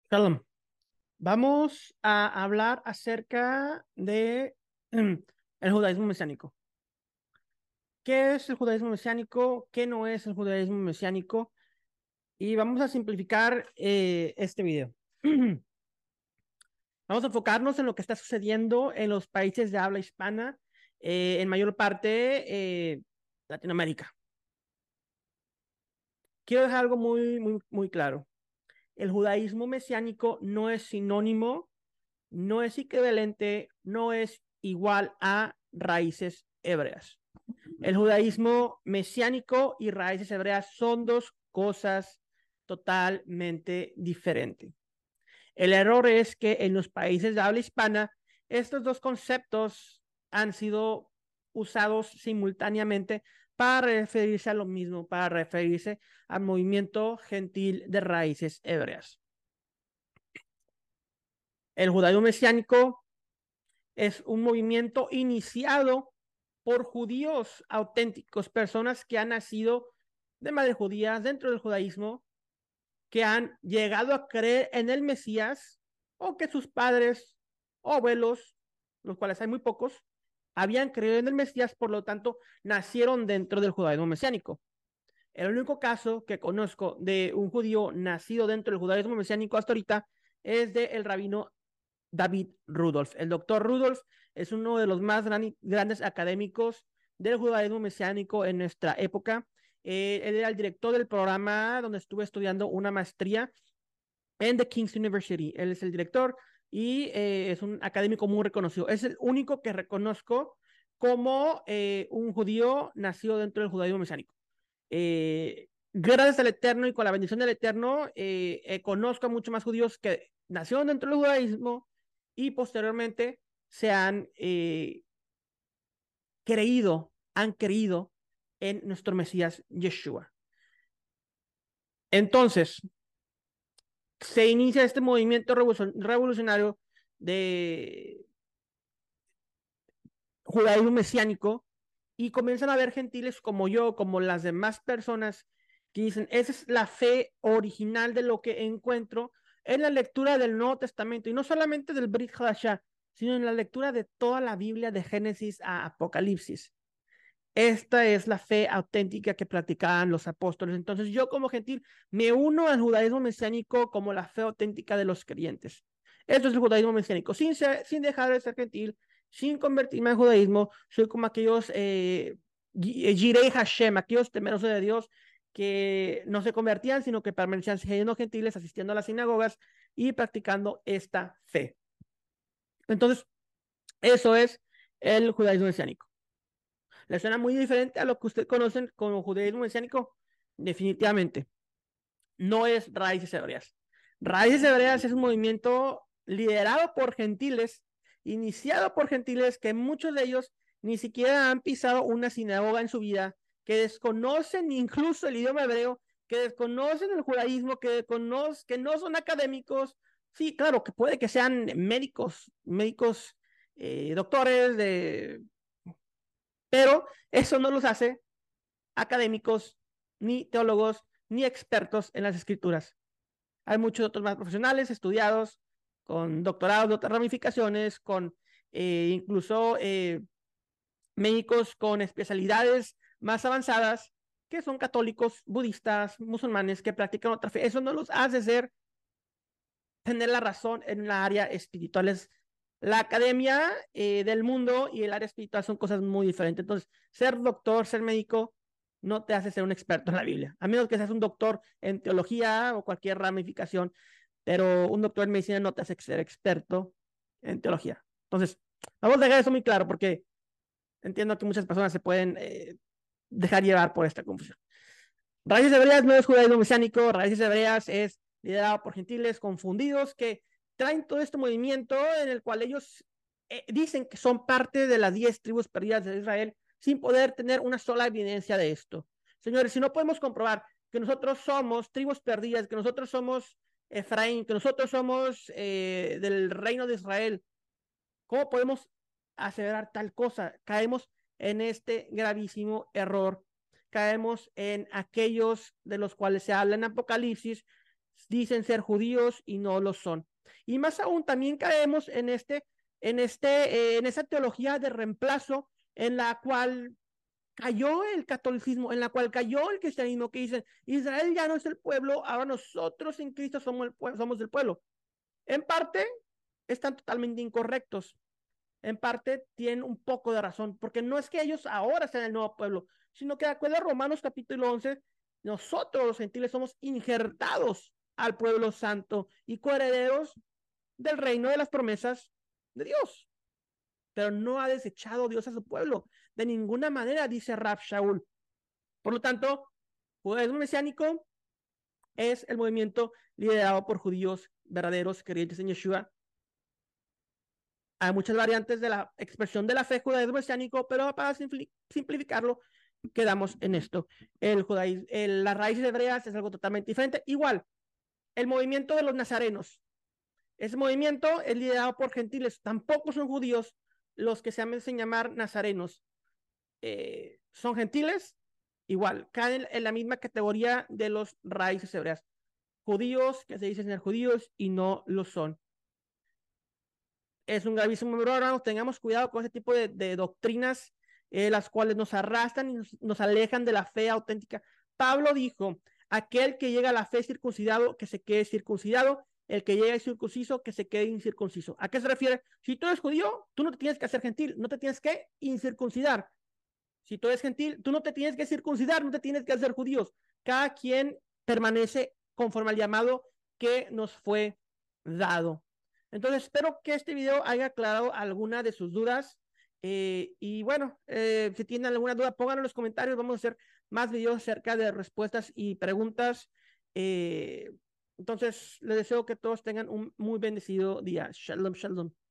Shalom. Vamos a hablar acerca de el judaísmo mesiánico. ¿Qué es el judaísmo mesiánico? ¿Qué no es el judaísmo mesiánico? Y vamos a simplificar este video. Vamos a enfocarnos en lo que está sucediendo en los países de habla hispana, en mayor parte Latinoamérica. Quiero dejar algo muy claro. El judaísmo mesiánico no es sinónimo, no es equivalente, no es igual a raíces hebreas. El judaísmo mesiánico y raíces hebreas son dos cosas totalmente diferentes. El error es que en los países de habla hispana, estos dos conceptos han sido usados simultáneamente para referirse a lo mismo, para referirse al movimiento gentil de raíces hebreas. El judaísmo mesiánico es un movimiento iniciado por judíos auténticos, personas que han nacido de madre judía dentro del judaísmo, que han llegado a creer en el Mesías o que sus padres o abuelos, los cuales hay muy pocos, habían creído en el Mesías, por lo tanto, nacieron dentro del judaísmo mesiánico. El único caso que conozco de un judío nacido dentro del judaísmo mesiánico hasta ahorita es de el rabino David Rudolph. El doctor Rudolph es uno de los más grandes académicos del judaísmo mesiánico en nuestra época. Él era el director del programa donde estuve estudiando una maestría en The King's University. Él es el director y es un académico muy reconocido. Es el único que reconozco como un judío nacido dentro del judaísmo mesiánico. Gracias al Eterno y con la bendición del Eterno, conozco a muchos más judíos que nacieron dentro del judaísmo y posteriormente se han han creído en nuestro Mesías Yeshua. Entonces, se inicia este movimiento revolucionario de judaísmo mesiánico y comienzan a ver gentiles como yo, como las demás personas que dicen, esa es la fe original de lo que encuentro en la lectura del Nuevo Testamento, y no solamente del Brit Hadashah, sino en la lectura de toda la Biblia de Génesis a Apocalipsis. Esta es la fe auténtica que practicaban los apóstoles. Entonces yo como gentil me uno al judaísmo mesiánico como la fe auténtica de los creyentes. Esto es el judaísmo mesiánico, sin dejar de ser gentil, sin convertirme al judaísmo. Soy como aquellos Jirei Hashem, aquellos temerosos de Dios que no se convertían, sino que permanecían siendo gentiles, asistiendo a las sinagogas y practicando esta fe. Entonces, eso es el judaísmo mesiánico. ¿Le suena muy diferente a lo que usted conoce como judaísmo mesiánico? Definitivamente. No es Raíces Hebreas. Raíces Hebreas es un movimiento liderado por gentiles, iniciado por gentiles que muchos de ellos ni siquiera han pisado una sinagoga en su vida, que desconocen incluso el idioma hebreo, que desconocen el judaísmo, que no son académicos. Sí, claro, que puede que sean médicos, doctores pero eso no los hace académicos, ni teólogos, ni expertos en las escrituras. Hay muchos otros más profesionales, estudiados, con doctorados de otras ramificaciones, con incluso médicos con especialidades más avanzadas, que son católicos, budistas, musulmanes, que practican otra fe. Eso no los hace tener la razón en la área espiritual. La academia del mundo y el área espiritual son cosas muy diferentes. Entonces, ser doctor, ser médico, no te hace ser un experto en la Biblia, a menos que seas un doctor en teología o cualquier ramificación, pero un doctor en medicina no te hace ser experto en teología. Entonces, vamos a dejar eso muy claro porque entiendo que muchas personas se pueden dejar llevar por esta confusión. Raíces Hebreas no es judaísmo mesiánico, Raíces Hebreas es liderado por gentiles confundidos que traen todo este movimiento en el cual ellos dicen que son parte de las 10 tribus perdidas de Israel sin poder tener una sola evidencia de esto. Señores, si no podemos comprobar que nosotros somos tribus perdidas, que nosotros somos Efraín, que nosotros somos del reino de Israel, ¿cómo podemos aseverar tal cosa? Caemos en este gravísimo error. Caemos en aquellos de los cuales se habla en Apocalipsis, dicen ser judíos y no lo son. Y más aún, también caemos en esa teología de reemplazo en la cual cayó el catolicismo, en la cual cayó el cristianismo, que dicen, Israel ya no es el pueblo, ahora nosotros en Cristo somos el pueblo. En parte, están totalmente incorrectos. En parte, tienen un poco de razón, porque no es que ellos ahora sean el nuevo pueblo, sino que de acuerdo a Romanos capítulo 11, nosotros los gentiles somos injertados al pueblo santo y coherederos del reino de las promesas de Dios. Pero no ha desechado Dios a su pueblo de ninguna manera, dice Rab Shaul. Por lo tanto, judaísmo mesiánico es el movimiento liderado por judíos verdaderos creyentes en Yeshua. Hay muchas variantes de la expresión de la fe judaísmo mesiánico, pero para simplificarlo, quedamos en esto. Las raíces hebreas es algo totalmente diferente. Igual, el movimiento de los nazarenos. Ese movimiento es liderado por gentiles. Tampoco son judíos los que se hacen llamar nazarenos. Son gentiles, igual, caen en la misma categoría de los raíces hebreas. Judíos que se dicen ser judíos y no lo son. Es un gravísimo error, hermanos. Tengamos cuidado con ese tipo de doctrinas, las cuales nos arrastran y nos alejan de la fe auténtica. Pablo dijo, aquel que llega a la fe circuncidado, que se quede circuncidado, el que llega circunciso, que se quede incircunciso. ¿A qué se refiere? Si tú eres judío, tú no te tienes que hacer gentil, no te tienes que incircuncidar. Si tú eres gentil, tú no te tienes que circuncidar, no te tienes que hacer judíos. Cada quien permanece conforme al llamado que nos fue dado. Entonces, espero que este video haya aclarado alguna de sus dudas. Y bueno, si tienen alguna duda, pónganlo en los comentarios. Vamos a hacer más videos acerca de respuestas y preguntas. Entonces, les deseo que todos tengan un muy bendecido día. Shalom, shalom.